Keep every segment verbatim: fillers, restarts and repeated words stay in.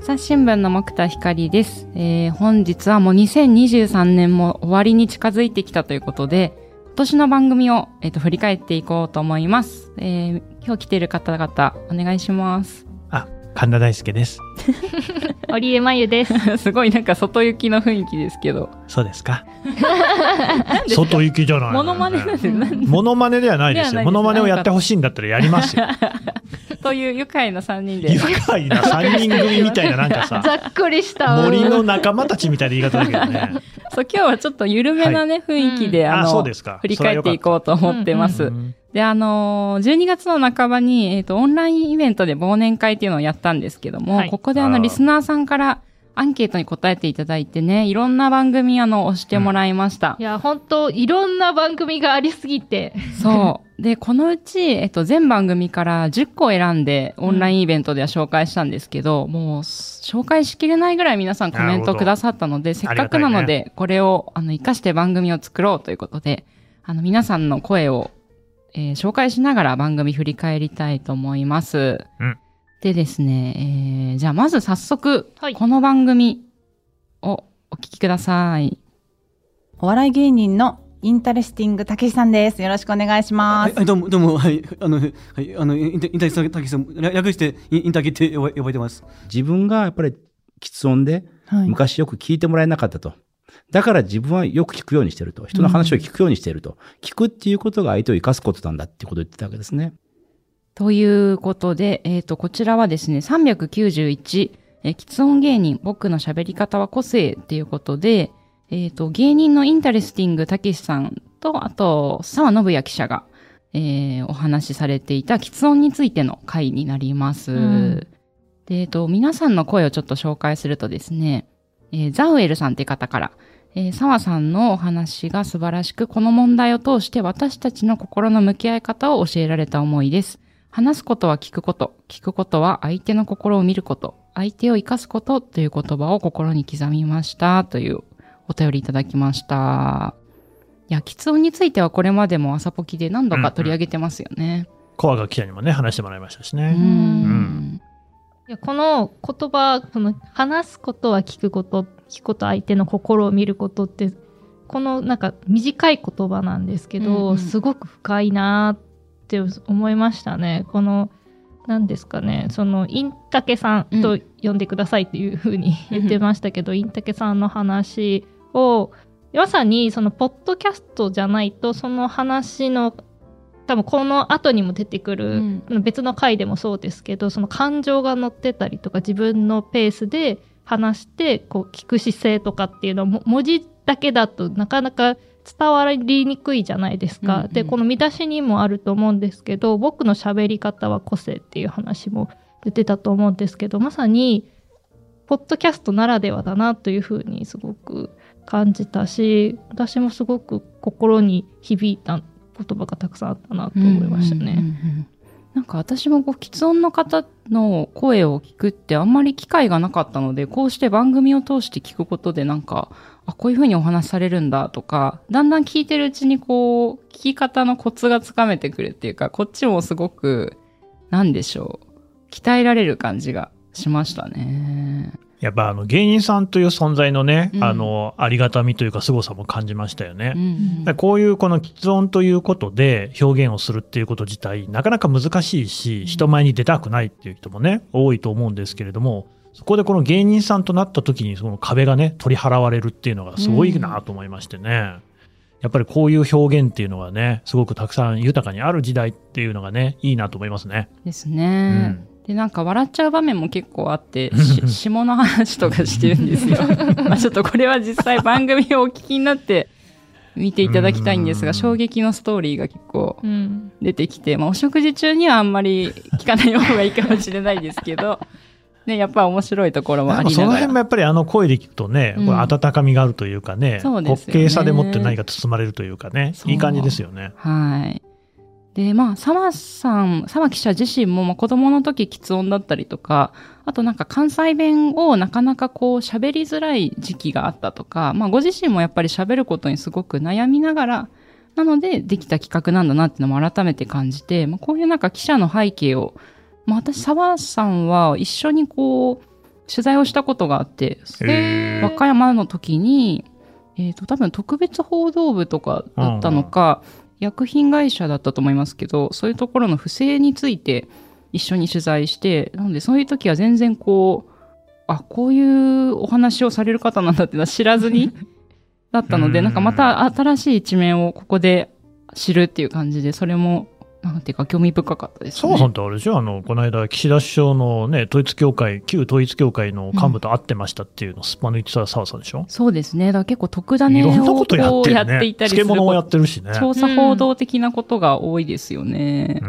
朝日新聞の木田光です、えー、本日はもうにせんにじゅうさんねんも終わりに近づいてきたということで、今年の番組を、えー、と振り返っていこうと思います、えー、今日来ている方々お願いします。 あ、神田大輔です織江真由ですすごいなんか外行きの雰囲気ですけど。 そうですか外行きじゃない、ね、 モノマネなんでモノマネではないですよ。モノマネをやってほしいんだったらやりますよという愉快なさんにんで愉快なさんにん組みたいななんかさざっくりした森の仲間たちみたいな言い方だけどねそう今日はちょっと緩めなね、はい、雰囲気で、うん、あのあそうですか振り返っていこうと思ってます、うんうん、であのじゅうにがつの半ばに、えーと、オンラインイベントで忘年会っていうのをやったんですけども、はい、ここであのリスナーさんからアンケートに答えていただいてね、いろんな番組あの押してもらいました、 うん、いや本当いろんな番組がありすぎてそうでこのうち、えっと、全番組からじゅっこ選んでオンラインイベントでは紹介したんですけど、うん、もう紹介しきれないぐらい皆さんコメントくださったので、せっかくなので、ね、これをあの活かして番組を作ろうということで、あの皆さんの声を、えー、紹介しながら番組振り返りたいと思います、うん、でですね、えー、じゃあまず早速、はい、この番組をお聞きください。 お笑い芸人のインタレスティングたけしさんです。よろしくお願いします。 はい、どうもどうもはいあのはいあのインタインタレスティングたけしさん略してインタケって呼ばれてます。 自分がやっぱり喫音で、はい、昔よく聞いてもらえなかったと。だから自分はよく聞くようにしてると。人の話を聞くようにしてると。うん、聞くっていうことが相手を生かすことなんだっていうことを言ってたわけですね。 ということで、えっとこちらはですねさんびゃくきゅうじゅういちえ喫音芸人僕の喋り方は個性っていうことで。えっと、芸人のインタレスティングたけしさんと、あと、澤信也記者が、えー、お話しされていた喫音についての回になります。うん、で、えっと、皆さんの声をちょっと紹介するとですね、えー、ザウエルさんって方から、えー、澤さんのお話が素晴らしく、この問題を通して私たちの心の向き合い方を教えられた思いです。話すことは聞くこと、聞くことは相手の心を見ること、相手を生かすことという言葉を心に刻みましたというお便りいただきました。いや、喫音についてはこれまでも朝ポキで何度か取り上げてますよね。うんうん、 小赤記者にもね、話してもらいましたしね。うん、 うん、いやこの言葉、その話すことは聞くこと、聞くこと相手の心を見ることって、このなんか短い言葉なんですけど、うんうん、すごく深いなって思いましたね。この何ですかね、そのインタケさんと呼んでくださいっていうふうに言ってましたけど、うん、インタケさんの話をまさにそのポッドキャストじゃないとその話の多分この後にも出てくる、うん、別の回でもそうですけど、その感情が乗ってたりとか自分のペースで話してこう聞く姿勢とかっていうのを文字だけだとなかなか伝わりにくいじゃないですか、うんうん、でこの見出しにもあると思うんですけど、僕の喋り方は個性っていう話も出てたと思うんですけど、まさにポッドキャストならではだなというふうにすごく感じたし、私もすごく心に響いた言葉がたくさんあったなと思いましたね。うんうんうん、 なんか私もこう喫音の方の声を聞くってあんまり機会がなかったので、こうして番組を通して聞くことでなんかあこういう風にお話しされるんだとか、だんだん聞いてるうちにこう聞き方のコツがつかめてくるっていうか、こっちもすごくなんでしょう鍛えられる感じがしましたね。 やっぱあの芸人さんという存在のね、うん、あのありがたみというか凄さも感じましたよね。うんうん、こういうこの喫音ということで表現をするっていうこと自体なかなか難しいし、人前に出たくないっていう人もね多いと思うんですけれども、そこでこの芸人さんとなった時にその壁がね取り払われるっていうのがすごいなと思いましてね、うん、やっぱりこういう表現っていうのがねすごくたくさん豊かにある時代っていうのがねいいなと思いますね。 ですね。うんでなんか笑っちゃう場面も結構あって下の話とかしてるんですよまあちょっとこれは実際番組をお聞きになって見ていただきたいんですが、衝撃のストーリーが結構出てきて、まあ、お食事中にはあんまり聞かない方がいいかもしれないですけどね、やっぱ面白いところもありながら、 その辺もやっぱりあの声で聞くとね、うん、これ温かみがあるというかね、滑稽さでもって何か包まれるというかね、いい感じですよね。 はい。で、まあ、澤さん、澤記者自身も、まあ、子供の時喫音だったりとか、あとなんか関西弁をなかなかこう喋りづらい時期があったとか、まあ、ご自身もやっぱり喋ることにすごく悩みながら、なのでできた企画なんだなっていうのも改めて感じて、まあ、こういうなんか記者の背景を、まあ、私、澤さんは一緒にこう、 取材をしたことがあって、和歌山の時に、えっと、多分特別報道部とかだったのか、うん、薬品会社だったと思いますけど、そういうところの不正について一緒に取材して、なのでそういう時は全然こう、あ、こういうお話をされる方なんだっていうのは知らずにだったので、なんかまた新しい一面をここで知るっていう感じで、それもなんていうか興味深かったですね。 澤さんってあれでしょ、あのこの間岸田首相のね、統一教会旧統一教会の幹部と会ってましたっていうのをすっぱ抜いてた澤さんでしょ、うん、 そうですね。だから結構特ダネをこういろんなことやってるね、 やっていたりする、 漬物をやってるしね、 調査報道的なことが多いですよね、うん、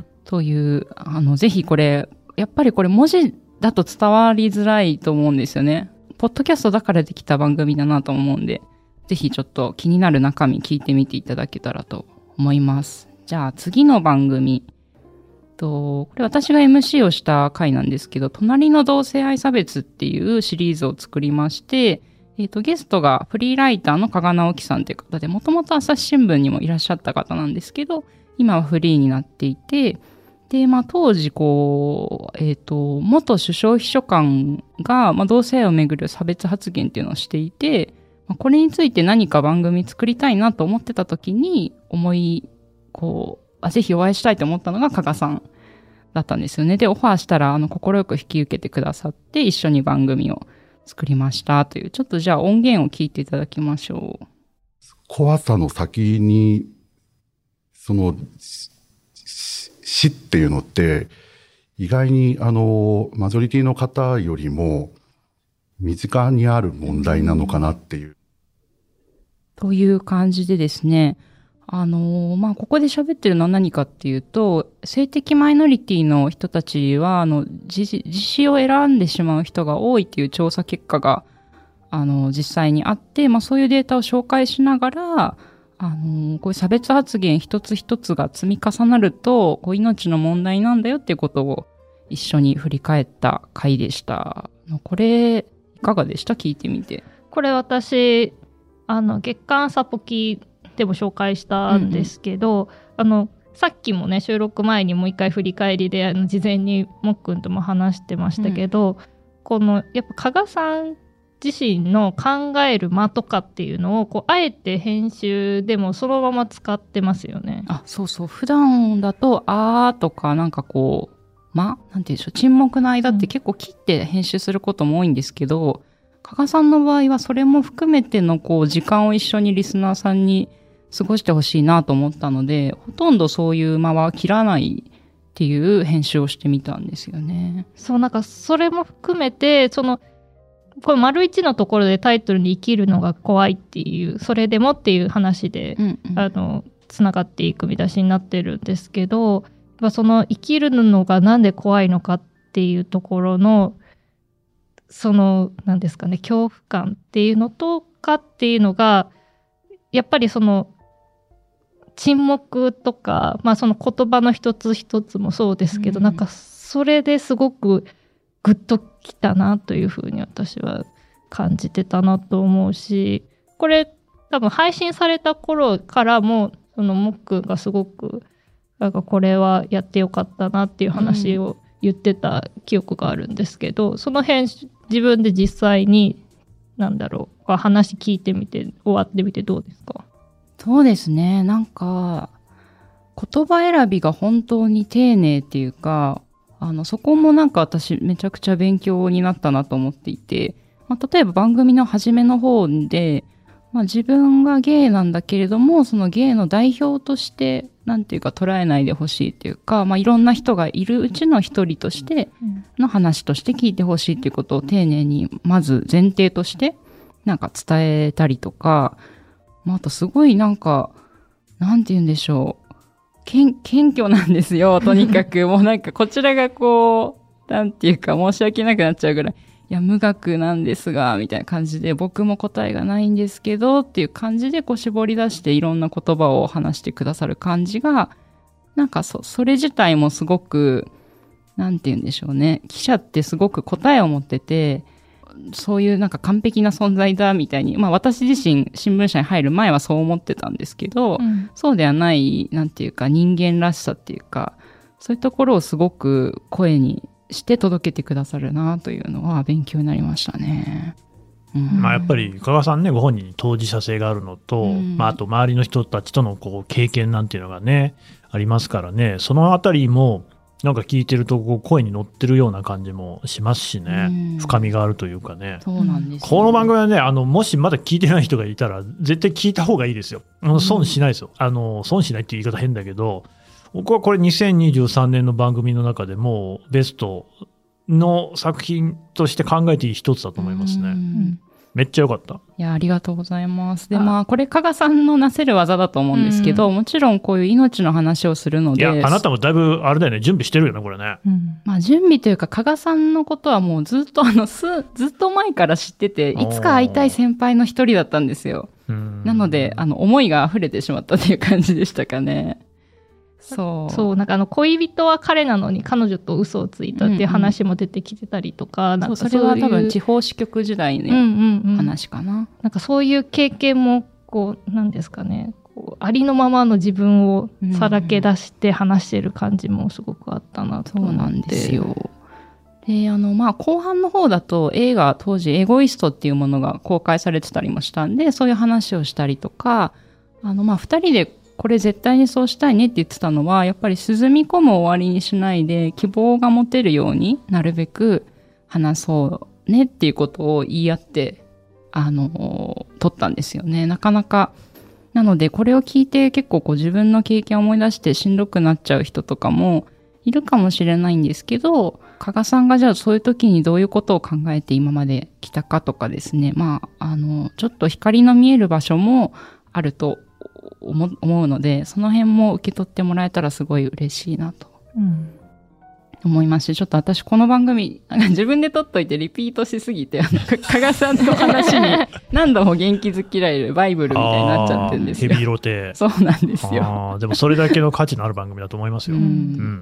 というあのぜひこれやっぱりこれ文字だと伝わりづらいと思うんですよね。ポッドキャストだからできた番組だなと思うんで、ぜひちょっと気になる中身聞いてみていただけたらと思います。じゃあ次の番組と、これ私が エムシー をした回なんですけど、隣の同性愛差別っていうシリーズを作りまして、えっと、ゲストがフリーライターの加賀直樹さんという方で、もともと朝日新聞にもいらっしゃった方なんですけど、今はフリーになっていて、で、まあ当時こう、えっと、元首相秘書官が、まあ同性愛をめぐる差別発言っていうのをしていて、まあ、これについて何か番組作りたいなと思ってた時に、思い、こう、あ、ぜひお会いしたいと思ったのが加賀さんだったんですよね。で、オファーしたら、あの、快く引き受けてくださって、一緒に番組を作りましたという、ちょっとじゃあ音源を聞いていただきましょう。 怖さの先に、その、死っていうのって、意外に、あの、マジョリティの方よりも、身近にある問題なのかなっていう。 という感じでですね、あのー、まあ、ここで喋ってるのは何かっていうと、性的マイノリティの人たちは、あの、自、自死を選んでしまう人が多いっていう調査結果が、あの、実際にあって、まあ、そういうデータを紹介しながら、あのー、こういう差別発言一つ一つが積み重なると、こう命の問題なんだよっていうことを一緒に振り返った回でした。これ、いかがでした？聞いてみて。 これ私、あの、月刊サポキでも紹介したんですけど、うんうん、あの、さっきもね、収録前にもう一回振り返りで、あの、事前にもっくんとも話してましたけど、うん、この、やっぱ加賀さん自身の考える間とかっていうのを、こう、あえて編集でもそのまま使ってますよね。 あ、そうそう。普段だと、あーとか、なんかこう、ま、なんていうんでしょう、沈黙の間って結構切って編集することも多いんですけど、加賀さんの場合はそれも含めてのこう時間を一緒にリスナーさんに過ごしてほしいなと思ったので、ほとんどそういう間は切らないっていう編集をしてみたんですよね。 そう、なんかそれも含めて、その、これ丸一のところでタイトルに生きるのが怖いっていう、それでもっていう話で、うんうん、あの、つながっていく見出しになってるんですけど、その生きるのがなんで怖いのかっていうところの、その、なんですかね、恐怖感っていうのとかっていうのが、やっぱりその、沈黙とか、まあその言葉の一つ一つもそうですけど、うん、なんかそれですごくグッときたなというふうに私は感じてたなと思うし、これ多分配信された頃からも、そのもっくんがすごく、なんかこれはやってよかったなっていう話を言ってた記憶があるんですけど、うん、その辺自分で実際になんだろう話聞いてみて終わってみてどうですか？ そうですね、なんか言葉選びが本当に丁寧っていうか、あのそこもなんか私めちゃくちゃ勉強になったなと思っていて、まあ、例えば番組の初めの方で、まあ、自分がゲイなんだけれども、そのゲイの代表としてなんていうか捉えないでほしいっていうか、まあ、いろんな人がいるうちの一人としての話として聞いてほしいっていうことを丁寧にまず前提としてなんか伝えたりとか、まあ、あとすごいなんかなんて言うんでしょう、謙虚なんですよ、とにかくもうなんかこちらがこうなんていうか申し訳なくなっちゃうぐらい、いや無学なんですがみたいな感じで、僕も答えがないんですけどっていう感じでこう絞り出していろんな言葉を話してくださる感じが、なんか そ, それ自体もすごくなんて言うんでしょうね、記者ってすごく答えを持ってて、そういうなんか完璧な存在だみたいに、まあ私自身新聞社に入る前はそう思ってたんですけど、うん、そうではないなんていうか人間らしさっていうか、そういうところをすごく声にして届けてくださるなというのは勉強になりましたね。うん、 まあ、やっぱり加賀さんね、ご本人に当事者性があるのと、うん、まあ、あと周りの人たちとのこう経験なんていうのがねありますからね、そのあたりもなんか聞いてるとこう声に乗ってるような感じもしますしね、うん、深みがあるというかね。 そうなんですよ。 この番組はね、あのもしまだ聞いてない人がいたら絶対聞いた方がいいですよ。あの損しないですよ、うん、あの損しないっていう言い方変だけど、僕はこれにせんにじゅうさんねんの番組の中でもベストの作品として考えていい一つだと思いますね。うん、めっちゃ良かった。 いや、ありがとうございます。で、まあ、これ、加賀さんのなせる技だと思うんですけど、うん、もちろんこういう命の話をするので。 いや、あなたもだいぶ、あれだよね、準備してるよね、これね。 うん、まあ、準備というか、加賀さんのことはもうずっと、あの、す、ずっと前から知ってて、いつか会いたい先輩の一人だったんですよ。なので、あの、思いが溢れてしまったという感じでしたかね。そう。 そう、なんかあの、恋人は彼なのに彼女と嘘をついたっていう話も出てきてたりとか、 うんうん、 なんかそう、それは多分地方支局時代の話かな。うんうんうん、 なんかそういう経験も、こう、なんですかね、こうありのままの自分をさらけ出して話してる感じもすごくあったなと思って。そうなんですよ。 で、あの、まあ、後半の方だと映画、当時エゴイストっていうものが公開されてたりもしたんで、そういう話をしたりとか、あの、まあ、二人でこれ絶対にそうしたいねって言ってたのは、やっぱり沈み込む終わりにしないで希望が持てるようになるべく話そうねっていうことを言い合って、あの、撮ったんですよね。なかなか。なので、これを聞いて結構こう自分の経験を思い出してしんどくなっちゃう人とかもいるかもしれないんですけど、加賀さんがじゃあそういう時にどういうことを考えて今まで来たかとかですね、まあ、あの、ちょっと光の見える場所もあると思うので、その辺も受け取ってもらえたらすごい嬉しいなと思いますし、ちょっと私この番組なんか自分で撮っといてリピートしすぎて、あの加賀さんの話に何度も元気づけられるバイブルみたいになっちゃってるんですよ。 ヘビーロテ。 そうなんですよ。 あでもそれだけの価値のある番組だと思いますよ。うんうん、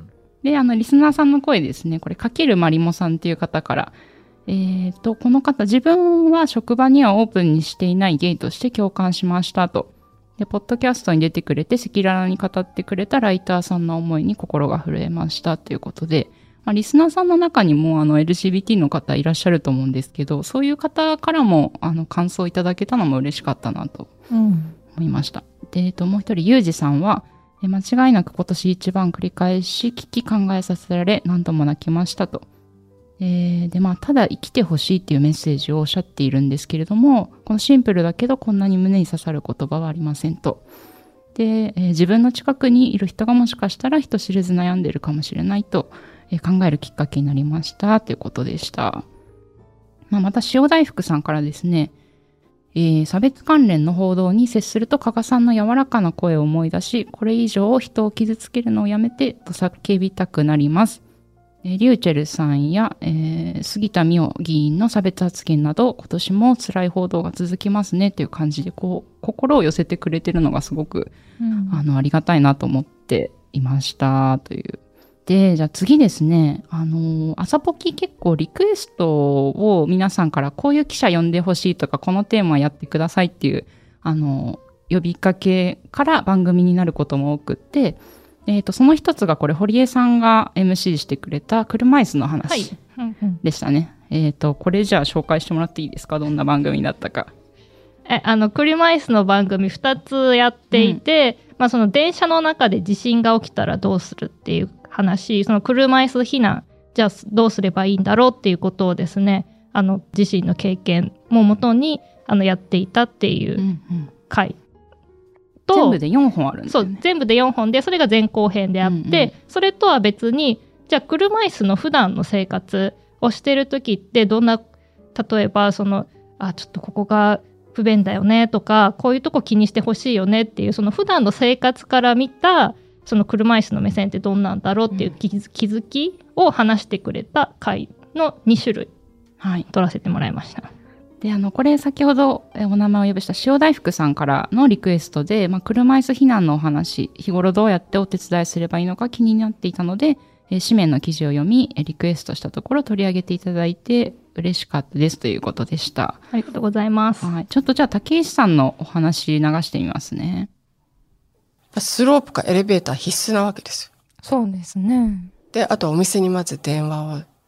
で、あのリスナーさんの声ですね。これかけるまりもさんっていう方から。えっと、この方、自分は職場にはオープンにしていないゲイとして共感しましたと。で、ポッドキャストに出てくれて、赤裸々に語ってくれたライターさんの思いに心が震えましたということで、まあ、リスナーさんの中にもあの エルジービーティー の方いらっしゃると思うんですけど、そういう方からもあの感想いただけたのも嬉しかったなと思いました。うん、で、えっと、もう一人、ゆうじさんは、え間違いなく今年一番繰り返し聞き考えさせられ、何度も泣きましたと。えー、で、まあ、ただ生きてほしいっていうメッセージをおっしゃっているんですけれども、このシンプルだけどこんなに胸に刺さる言葉はありませんと。で、えー、自分の近くにいる人がもしかしたら人知れず悩んでいるかもしれないと、えー、考えるきっかけになりましたということでした。まあ、また塩大福さんからですね、えー、差別関連の報道に接すると加賀さんの柔らかな声を思い出し、これ以上人を傷つけるのをやめてと叫びたくなります。リューチェルさんや、えー、杉田水脈議員の差別発言など今年も辛い報道が続きますねという感じでこう心を寄せてくれてるのがすごく、うん、あのありがたいなと思っていましたという。で、じゃあ次ですね、あの朝ポキ結構リクエストを皆さんからこういう記者呼んでほしいとかこのテーマやってくださいっていうあの呼びかけから番組になることも多くって、えーと、その一つがこれ、堀江さんが エムシー してくれた車椅子の話でしたね。はいうんうん、えーと、これじゃあ紹介してもらっていいですか？どんな番組だったか。 え、あの、車椅子の番組ふたつやっていて、うん、まあその電車の中で地震が起きたらどうするっていう話、その車椅子避難、じゃあどうすればいいんだろうっていうことをですね、あの、自身の経験ももとに、あの、やっていたっていう回。うんうん全部でよんほんあるんですよね。 そう、全部でよんほんで、それが前後編であって、うんうん、それとは別に、じゃあ車椅子の普段の生活をしてるときってどんな、例えばその、あ、ちょっとここが不便だよねとか、こういうとこ気にしてほしいよねっていう、その普段の生活から見た、その車椅子の目線ってどんなんだろうっていう気づきを話してくれた回のにしゅるい、はい、取らせてもらいました。 で、あの、これ先ほどお名前を呼びした塩大福さんからのリクエストで、まあ、車椅子避難のお話、日頃どうやってお手伝いすればいいのか気になっていたので、えー、紙面の記事を読み、リクエストしたところ取り上げていただいて嬉しかったですということでした。 ありがとうございます。 はい。ちょっとじゃあ竹石さんのお話流してみますね。 スロープかエレベーター必須なわけですよ。 そうですね。 で、あとお店にまず電話を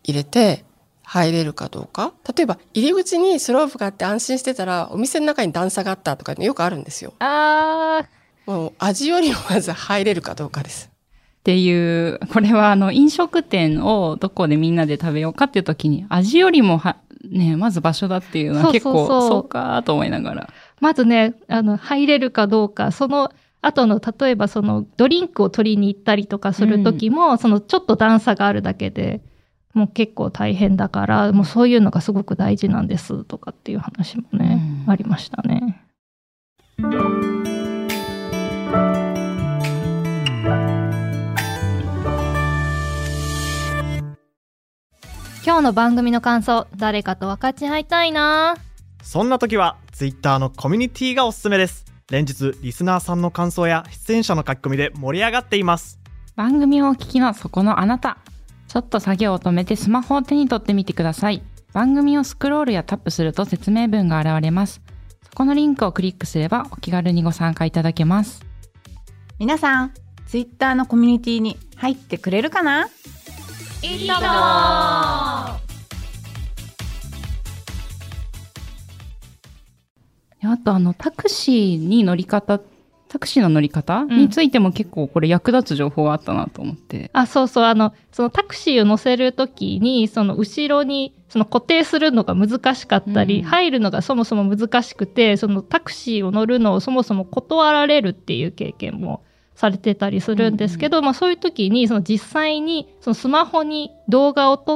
入れて入れるかどうか。例えば入り口にスロープがあって安心してたらお店の中に段差があったとかよくあるんですよ。 あーもう味よりもまず入れるかどうかです。 っていう、これはあの飲食店をどこでみんなで食べようかっていう時に味よりもはね、まず場所だっていうのは結構そうそうそうそうかと思いながら。 まずね、あの、入れるかどうか、その後の、例えばそのドリンクを取りに行ったりとかする時も、うん、そのちょっと段差があるだけでもう結構大変だから、もうそういうのがすごく大事なんですとかっていう話もね、うん、ありましたね。今日の番組の感想、誰かと分かち合いたいな。 そんな時はツイッターのコミュニティがおすすめです。連日リスナーさんの感想や出演者の書き込みで盛り上がっています。 番組をお聞きのそこのあなた、ちょっと作業を止めてスマホを手に取ってみてください。番組をスクロールやタップすると説明文が現れます。そこのリンクをクリックすればお気軽にご参加いただけます。 皆さん、ツイッターのコミュニティに入ってくれるかな？ いいとも。 あとあのタクシーに乗り方、タクシーの乗り方についても結構これ役立つ情報があったなと思って。うん、 あ、そうそう、あの、そのタクシーを乗せるときに、その後ろにその固定するのが難しかったり、うん、入るのがそもそも難しくて、そのタクシーを乗るのをそもそも断られるっていう経験もされてたりするんですけど、うんうん、まあそういう時にその実際にそのスマホに動画を撮って、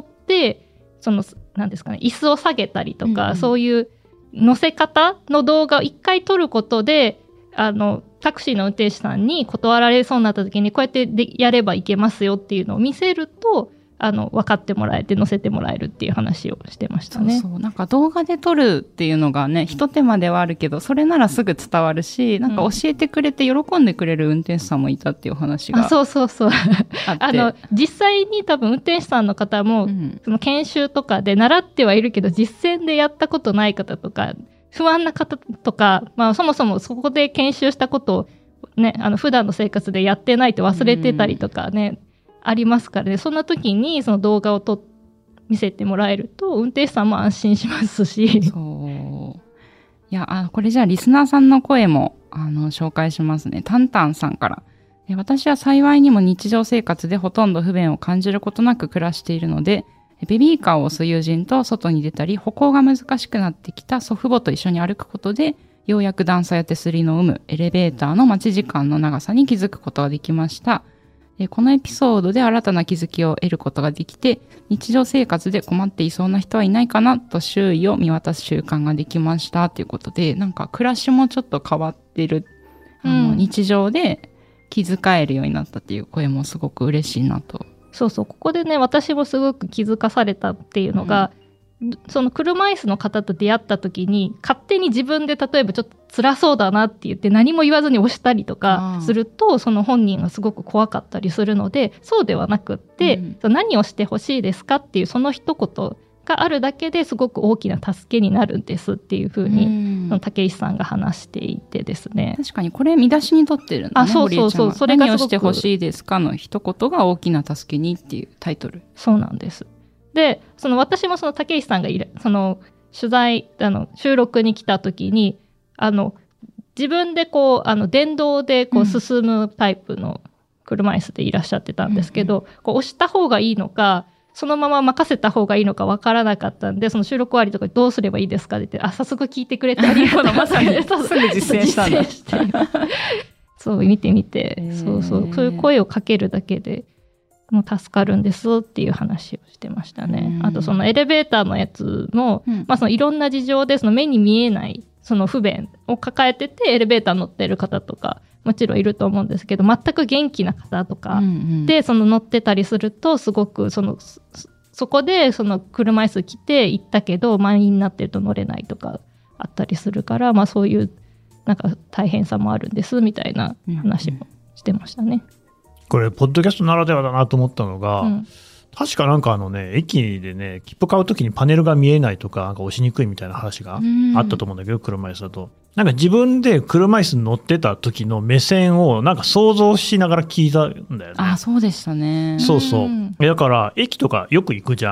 その何ですかね、椅子を下げたりとか、うんうん、そういう乗せ方の動画を一回撮ることで、あのタクシーの運転手さんに断られそうになった時にこうやってでやればいけますよっていうのを見せると、あの分かってもらえて乗せてもらえるっていう話をしてましたね。 そうそう、なんか動画で撮るっていうのがね、一手間ではあるけど、それならすぐ伝わるし、なんか教えてくれて喜んでくれる運転手さんもいたっていう話が、 うん、あ、そうそうそうあの実際に多分運転手さんの方も、うん、その研修とかで習ってはいるけど実践でやったことない方とか不安な方とか、まあそもそもそこで研修したことをね、あの普段の生活でやってないと忘れてたりとかね、ありますからね。そんな時にその動画を撮見せてもらえると運転手さんも安心しますし。 そう。いや、あ、これじゃあリスナーさんの声もあの紹介しますね。タンタンさんから。私は幸いにも日常生活でほとんど不便を感じることなく暮らしているので、ベビーカーを押す友人と外に出たり、歩行が難しくなってきた祖父母と一緒に歩くことで、ようやく段差や手すりの有無、エレベーターの待ち時間の長さに気づくことができました。このエピソードで新たな気づきを得ることができて、日常生活で困っていそうな人はいないかなと周囲を見渡す習慣ができましたということで、なんか暮らしもちょっと変わってる、あの、うん、日常で気遣えるようになったっていう声もすごく嬉しいなと。 そうそう、ここでね、私もすごく気づかされたっていうのが、うん、その車椅子の方と出会った時に勝手に自分で例えばちょっと辛そうだなって言って何も言わずに押したりとかすると、その本人がすごく怖かったりするので、そうではなくって、うん、何をしてほしいですかっていうその一言があるだけですごく大きな助けになるんですっていうふうに、うん、その竹石さんが話していてですね。 確かにこれ見出しに取ってるんだね。 あ、そうそうそう。 それが何をしてほしいですかの一言が大きな助けにっていうタイトル。 そうなんです。で、その私もその竹石さんがいる、その取材、あの収録に来た時に、あの自分でこうあの電動でこう進むタイプの車椅子でいらっしゃってたんですけど、うんうん、こう押した方がいいのか、そのまま任せた方がいいのかわからなかったんで、その収録終わりとかどうすればいいですかって言って、あ、早速聞いてくれてありがとう。まさにすぐ実践したんだ。 そう見てみて、そうそう、そういう声をかけるだけでもう助かるんですっていう話をしてましたね。あとそのエレベーターのやつも、うん、まあそのいろんな事情でその目に見えないその不便を抱えててエレベーター乗ってる方とかもちろんいると思うんですけど、全く元気な方とかでその乗ってたりすると、すごくそのそこでその車椅子来て行ったけど満員になってると乗れないとかあったりするから、まあそういうなんか大変さもあるんですみたいな話もしてましたね。 これポッドキャストならではだなと思ったのが、うん、確かなんかあのね、駅でね、切符買うときにパネルが見えないとか、なんか押しにくいみたいな話があったと思うんだけど、車椅子だと。なんか自分で車椅子に乗ってた時の目線をなんか想像しながら聞いたんだよね。 あ、そうでしたね。 そうそう。だから駅とかよく行くじゃん。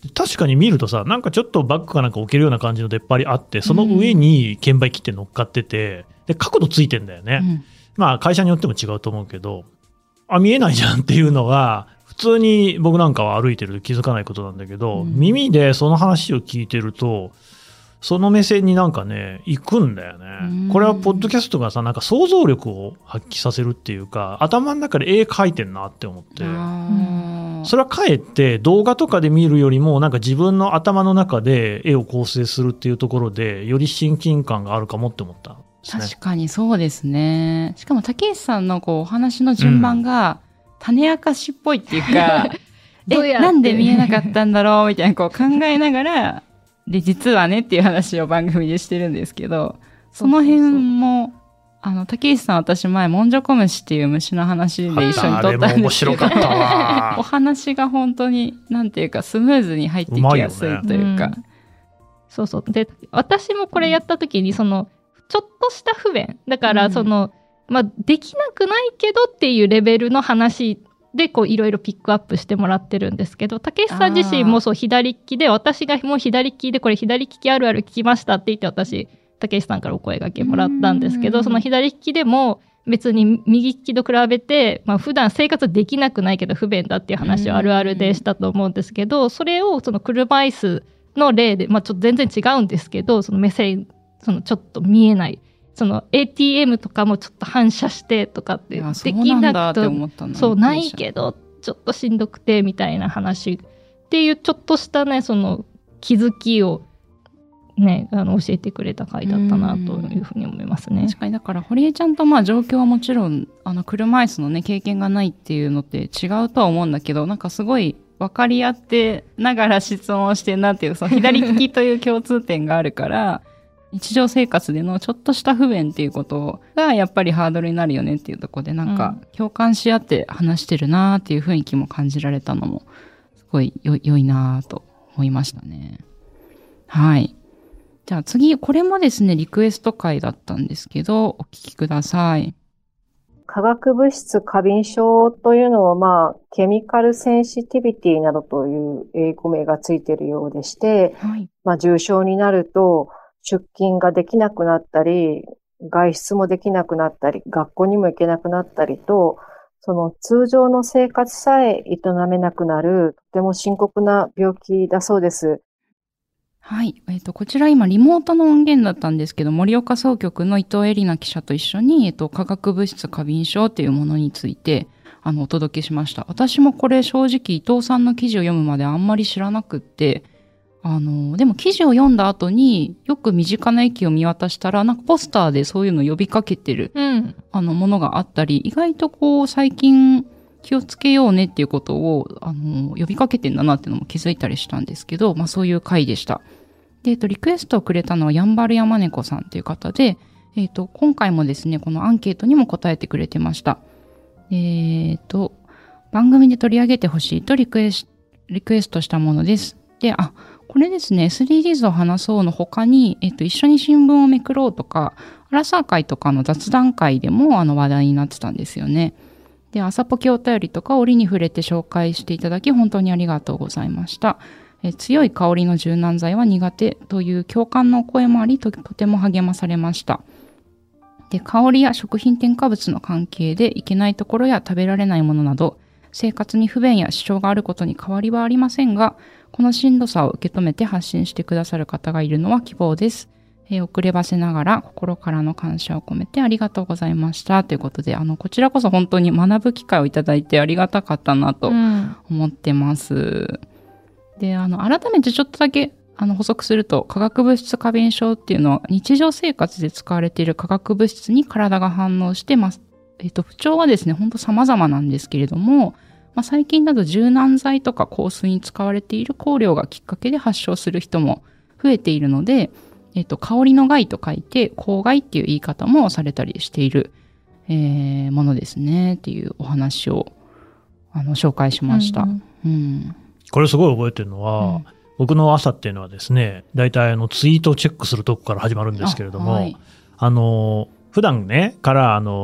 確かに見るとさ、なんかちょっとバッグかなんか置けるような感じの出っ張りあって、その上に券売機って乗っかってて、で角度ついてんだよね、うん、まあ会社によっても違うと思うけど、あ見えないじゃんっていうのが普通に僕なんかは歩いてると気づかないことなんだけど、うん、耳でその話を聞いてるとその目線になんかね行くんだよね、うん、これはポッドキャストがさ、なんか想像力を発揮させるっていうか、頭の中で絵描いてんなって思って、それはかえって動画とかで見るよりもなんか自分の頭の中で絵を構成するっていうところでより親近感があるかもって思った。 確かにそうですね。しかも竹内さんのこうお話の順番が種明かしっぽいっていうか、うん、えなんで見えなかったんだろうみたいなこう考えながらで実はねっていう話を番組でしてるんですけど、その辺もあの竹内さん、私前モンジョコムシっていう虫の話で一緒に撮ったんですけど、お話が本当になんていうかスムーズに入ってきやすいというか、 ね、うん、そうそう。で私もこれやった時にそのちょっとした不便だからその、うん、まあできなくないけどっていうレベルの話でこういろいろピックアップしてもらってるんですけど、竹内さん自身もそう左利きで、私がもう左利きでこれ左利きあるある聞きましたって言って私竹内さんからお声掛けもらったんですけど、その左利きでも別に右利きと比べて、まあ、普段生活できなくないけど不便だっていう話をあるあるでしたと思うんですけど、それをその車椅子の例で、まあ、ちょっと全然違うんですけど、その目線そのちょっと見えないその エーティーエム とかもちょっと反射してとかってできなくて、そうないけどちょっとしんどくてみたいな話っていうちょっとしたねその気づきをねあの教えてくれた回だったなというふうに思いますね。 確かにだから堀江ちゃんとまあ状況はもちろんあの車椅子のね経験がないっていうのって違うとは思うんだけど、なんかすごい分かり合ってながら質問をしてるなっていうその左利きという共通点があるから日常生活でのちょっとした不便っていうことがやっぱりハードルになるよねっていうところでなんか共感し合って話してるなーっていう雰囲気も感じられたのもすごいよ良いなーと思いましたね。はい。じゃあ次、これもですね、リクエスト回だったんですけど、お聞きください。 化学物質過敏症というのは、まあ、ケミカルセンシティビティなどという英語名がついているようでして、はい、まあ、重症になると、出勤ができなくなったり、外出もできなくなったり、学校にも行けなくなったりと、その通常の生活さえ営めなくなる、とても深刻な病気だそうです。 はい。えっと、こちら今リモートの音源だったんですけど、盛岡総局の伊藤恵里奈記者と一緒に、えっと、化学物質過敏症っていうものについて、あの、お届けしました。私もこれ正直伊藤さんの記事を読むまであんまり知らなくって、あの、でも記事を読んだ後によく身近な駅を見渡したら、なんかポスターでそういうのを呼びかけてる、うん、あの、ものがあったり、意外とこう、最近気をつけようねっていうことを、あの、呼びかけてんだなっていうのも気づいたりしたんですけど、まあそういう回でした。で、えっと、リクエストをくれたのはやんばる山猫さんっていう方で、えっと、今回もですね、このアンケートにも答えてくれてました。えっと、番組で取り上げてほしいとリクエス、リクエストしたものです。で、あ、これですね、エスディージーズ を話そうの他に、えっと、一緒に新聞をめくろうとか、アラサー会とかの雑談会でもあの話題になってたんですよね。で、朝ポケお便りとか折に触れて紹介していただき、本当にありがとうございました。え強い香りの柔軟剤は苦手という共感のお声もあり と, とても励まされました。で、香りや食品添加物の関係でいけないところや食べられないものなど生活に不便や支障があることに変わりはありませんが、このしんどさを受け止めて発信してくださる方がいるのは希望です。えー、遅ればせながら心からの感謝を込めてありがとうございましたということで、あのこちらこそ本当に学ぶ機会をいただいてありがたかったなと思ってます。うんで、あの、改めてちょっとだけ、あの、補足すると、化学物質過敏症っていうのは、日常生活で使われている化学物質に体が反応してます。えっと、不調はですね、ほんと様々なんですけれども、まあ、最近だと柔軟剤とか香水に使われている香料がきっかけで発症する人も増えているので、えっと、香りの害と書いて、香害っていう言い方もされたりしている、えー、ものですね、っていうお話を、あの、紹介しました。うん、うんこれすごい覚えてるのは、うん、僕の朝っていうのはですね、大体あのツイートをチェックするとこから始まるんですけれども、あ、はい、あの、普段ね、からあの、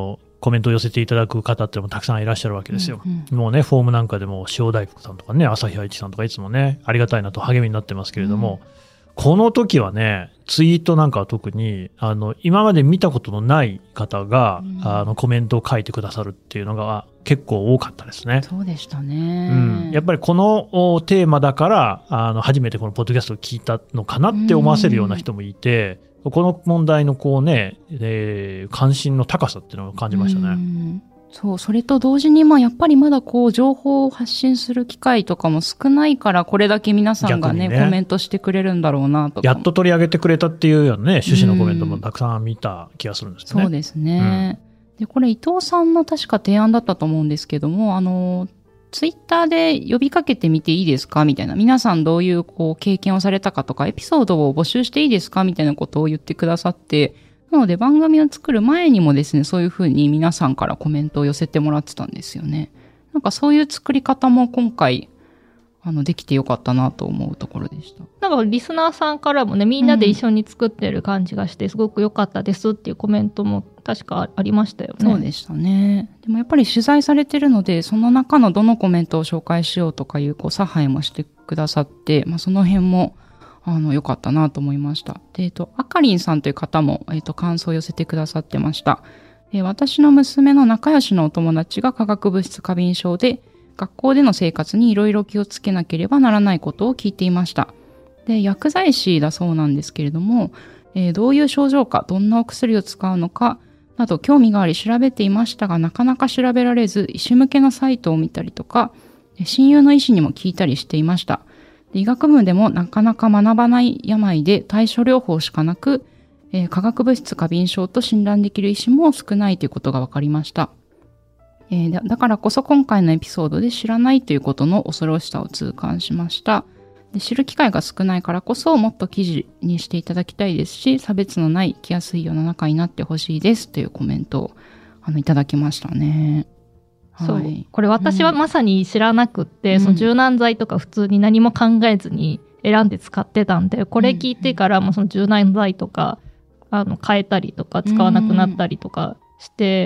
コメントを寄せていただく方ってもたくさんいらっしゃるわけですよ。うんうん、もうね、フォームなんかでも塩大福さんとかね、朝日愛知さんとかいつもね、ありがたいなと励みになってますけれども、うん、この時はね、ツイートなんかは特に、あの、今まで見たことのない方が、うん、あの、コメントを書いてくださるっていうのが結構多かったですね。 そうでしたね。 うん。やっぱりこのテーマだから、あの、初めてこのポッドキャストを聞いたのかなって思わせるような人もいて、うん、この問題のこうね、えー、関心の高さっていうのを感じましたね。 うんそう、それと同時に、まあ、やっぱりまだこう、情報を発信する機会とかも少ないから、これだけ皆さんがね、ねコメントしてくれるんだろうなとか。 やっと取り上げてくれたっていうようなね、趣旨のコメントもたくさん見た気がするんですよね。 そうですね。うん、で、これ伊藤さんの確か提案だったと思うんですけども、あの、ツイッターで呼びかけてみていいですかみたいな。皆さんどういうこう経験をされたかとか、エピソードを募集していいですかみたいなことを言ってくださって、なので番組を作る前にもですね、そういうふうに皆さんからコメントを寄せてもらってたんですよね。なんかそういう作り方も今回、あの、できてよかったなと思うところでした。 なんかリスナーさんからもね、みんなで一緒に作ってる感じがして、すごく良かったですっていうコメントも確かありましたよね。 そうでしたね。でもやっぱり取材されてるので、その中のどのコメントを紹介しようとかいう、こう、差配もしてくださって、まあその辺も、あの、良かったなと思いました。で、えっと、あかりんさんという方も、えっと、感想を寄せてくださってました。えー、私の娘の仲良しのお友達が化学物質過敏症で、学校での生活にいろいろ気をつけなければならないことを聞いていました。で、薬剤師だそうなんですけれども、えー、どういう症状か、どんなお薬を使うのか、など興味があり調べていましたが、なかなか調べられず、医師向けのサイトを見たりとか、親友の医師にも聞いたりしていました。医学部でもなかなか学ばない病で対処療法しかなく、えー、化学物質過敏症と診断できる医師も少ないということが分かりました。えー、だ, だからこそ今回のエピソードで知らないということの恐ろしさを痛感しました。で知る機会が少ないからこそもっと記事にしていただきたいですし、差別のない生きやすい世の中になってほしいですというコメントをあのいただきましたね。 そう、はい、これ私はまさに知らなくって、うん、その柔軟剤とか普通に何も考えずに選んで使ってたんで、これ聞いてからもその柔軟剤とかあの変えたりとか使わなくなったりとかして、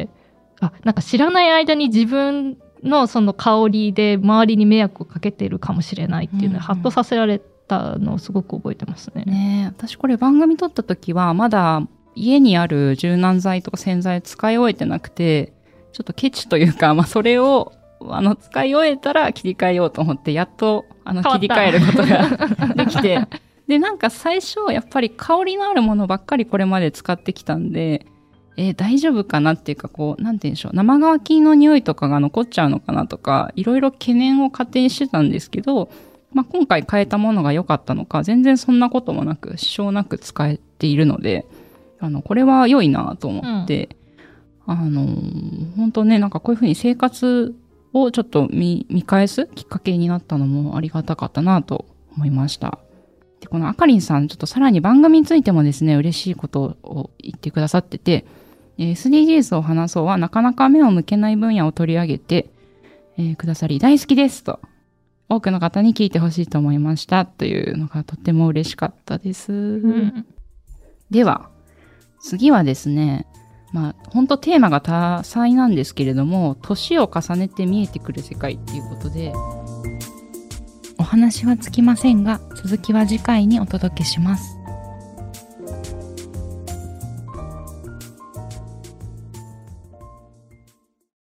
うん、あ、なんか知らない間に自分のその香りで周りに迷惑をかけてるかもしれないっていうのをハッとさせられたのをすごく覚えてますね。 ねえ、私これ番組撮った時はまだ家にある柔軟剤とか洗剤使い終えてなくて、ちょっとケチというか、まあ、それを、あの、使い終えたら切り替えようと思って、やっと、あの、切り替えることができて、で、なんか最初、やっぱり香りのあるものばっかりこれまで使ってきたんで、えー、大丈夫かなっていうか、こう、なんて言うんでしょう、生乾きの匂いとかが残っちゃうのかなとか、いろいろ懸念を仮定してたんですけど、まあ、今回変えたものが良かったのか、全然そんなこともなく、支障なく使えているので、あの、これは良いなと思って、うんあの、本当ね、なんかこういうふうに生活をちょっと見、見返すきっかけになったのもありがたかったなと思いました。で、このあかりんさん、ちょっとさらに番組についてもですね、嬉しいことを言ってくださってて、エスディージーズ を話そうはなかなか目を向けない分野を取り上げて、えー、くださり、大好きですと、多くの方に聞いてほしいと思いましたというのがとっても嬉しかったです。うん、では、次はですね、まあ、本当テーマが多彩なんですけれども、年を重ねて見えてくる世界っていうことで、お話はつきませんが、続きは次回にお届けします。